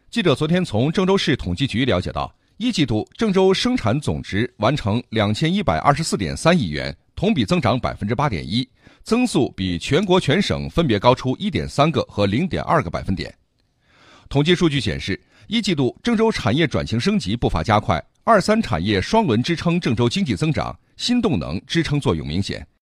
记者昨天从郑州市统计局了解到，一季度郑州生产总值完成2124.3亿元，同比增长8.1%，增速比全国全省分别高出1.3个和0.2个百分点。统计数据显示，一季度郑州产业转型升级步伐加快，二三产业双轮支撑郑州经济增长，新动能支撑作用明显。